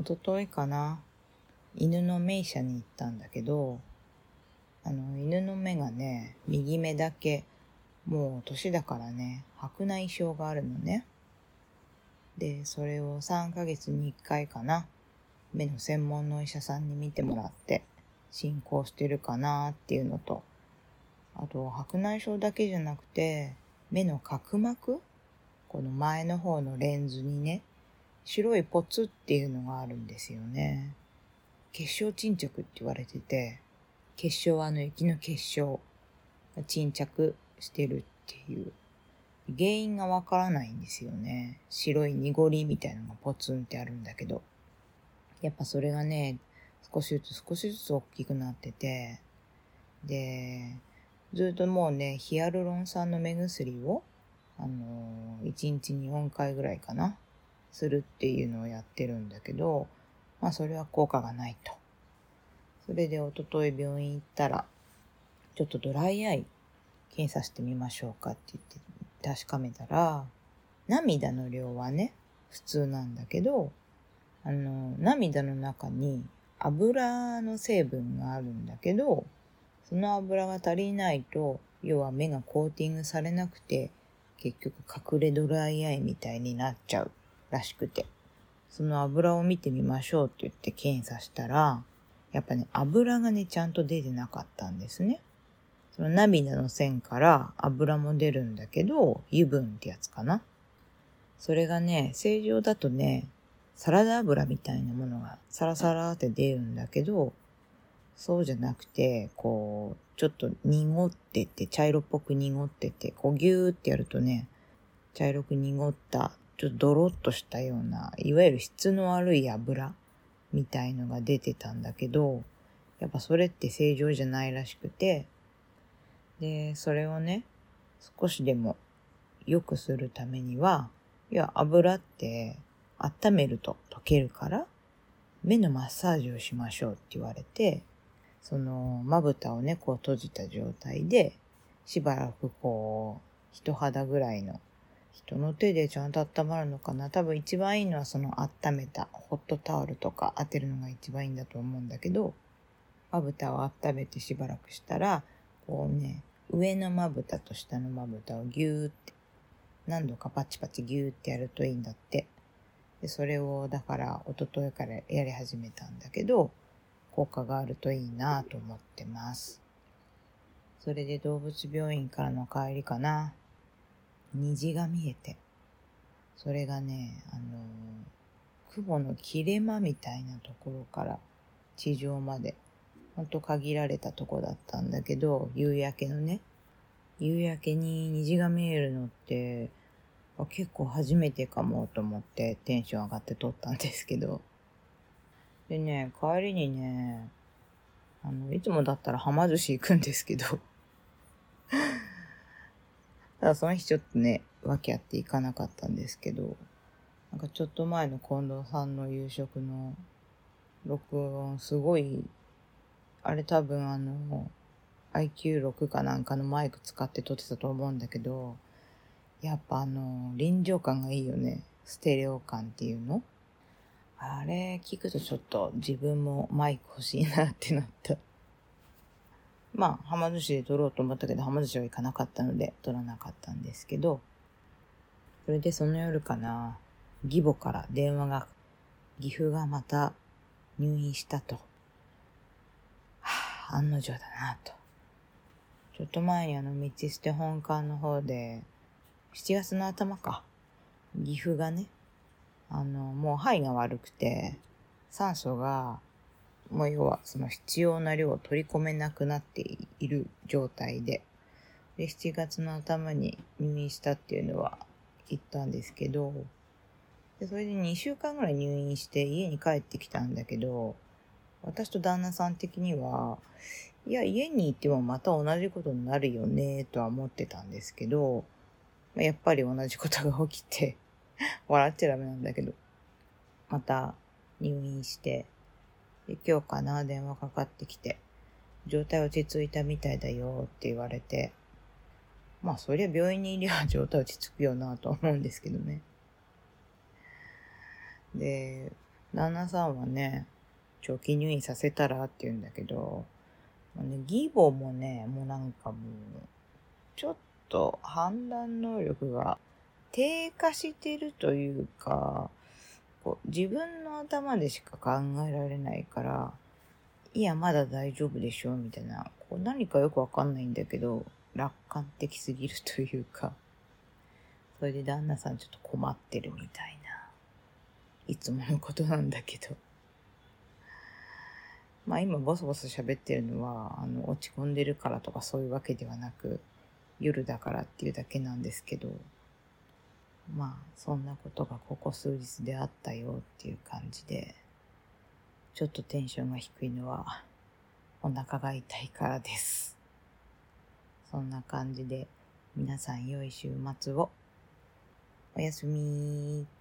一昨日かな、犬の名車に行ったんだけど、犬の目がね、右目だけ、もう年だからね、白内障があるのね。で、それを3ヶ月に1回かな、目の専門のお医者さんに見てもらって、進行してるかなっていうのと、あと白内障だけじゃなくて、目の角膜、この前の方のレンズにね、白いポツっていうのがあるんですよね。結晶沈着って言われてて、結晶は雪の結晶が沈着してるっていう、原因がわからないんですよね。白い濁りみたいなのがポツンってあるんだけど、やっぱそれがね、少しずつ大きくなってて、で、ずっともうね、ヒアルロン酸の目薬を、1日に4回ぐらいかな、するっていうのをやってるんだけど、それは効果がないと。それで一昨日病院行ったら、ちょっとドライアイ検査してみましょうかって言って確かめたら、涙の量はね、普通なんだけど、涙の中に油の成分があるんだけど、その油が足りないと、要は目がコーティングされなくて、結局隠れドライアイみたいになっちゃうらしくて、その油を見てみましょうって言って検査したら、やっぱね、油がね、ちゃんと出てなかったんですね。その涙の線から油も出るんだけど、油分ってやつかな。それがね、正常だとね、サラダ油みたいなものがサラサラって出るんだけど、そうじゃなくて、こう、ちょっと濁ってて、茶色っぽく濁ってて、こうギューってやるとね、茶色く濁った、ちょっとドロッとしたような、いわゆる質の悪い油みたいのが出てたんだけど、やっぱそれって正常じゃないらしくて、で、それをね、少しでも良くするためには、いや、油って温めると溶けるから、目のマッサージをしましょうって言われて、そのまぶたをね、こう閉じた状態で、しばらくこう、人肌ぐらいの、人の手でちゃんと温まるのかな。多分一番いいのはその温めたホットタオルとか当てるのが一番いいんだと思うんだけど、まぶたを温めてしばらくしたら、こうね、上のまぶたと下のまぶたをギューって、何度かパチパチギューってやるといいんだって。で、それをだから一昨日からやり始めたんだけど、効果があるといいなと思ってます。それで動物病院からの帰りかな。虹が見えて。それがね、雲の切れ間みたいなところから地上まで、ほんと限られたとこだったんだけど、夕焼けのね、夕焼けに虹が見えるのって、結構初めてかもと思ってテンション上がって撮ったんですけど。でね、帰りにね、いつもだったらはま寿司行くんですけど、ただその日ちょっとね、訳あって行かなかったんですけど、なんかちょっと前の近藤さんの夕食の録音すごい、あれ多分IQ6 かなんかのマイク使って撮ってたと思うんだけど、やっぱ臨場感がいいよね。ステレオ感っていうの。あれ聞くとちょっと自分もマイク欲しいなってなった。はま寿司で撮ろうと思ったけど、はま寿司は行かなかったので撮らなかったんですけど、それでその夜かな、義母から電話が、岐阜がまた入院したと。案の定だなと。ちょっと前に道捨て本館の方で、7月の頭か、岐阜がね、もう肺が悪くて、酸素が、もう要はその必要な量を取り込めなくなっている状態で、7月の頭に入院したっていうのは言ったんですけど、それで2週間ぐらい入院して家に帰ってきたんだけど、私と旦那さん的には、いや、家にいてもまた同じことになるよね、とは思ってたんですけど、やっぱり同じことが起きて、笑っちゃダメなんだけど、また入院して、で今日かな、電話かかってきて、状態落ち着いたみたいだよって言われて、そりゃ病院にいれば状態落ち着くよなと思うんですけどね。で、 旦那さんはね、長期入院させたらって言うんだけど、義母もね、もうなんかもう、ちょっと判断能力が低下してるというか、自分の頭でしか考えられないから、いや、まだ大丈夫でしょみたいな、何かよくわかんないんだけど、楽観的すぎるというか、それで旦那さんちょっと困ってるみたいな、いつものことなんだけど。まあ今ボソボソ喋ってるのは、落ち込んでるからとかそういうわけではなく、夜だからっていうだけなんですけど、まあそんなことがここ数日であったよっていう感じで、ちょっとテンションが低いのはお腹が痛いからです。そんな感じで皆さん良い週末を。おやすみ。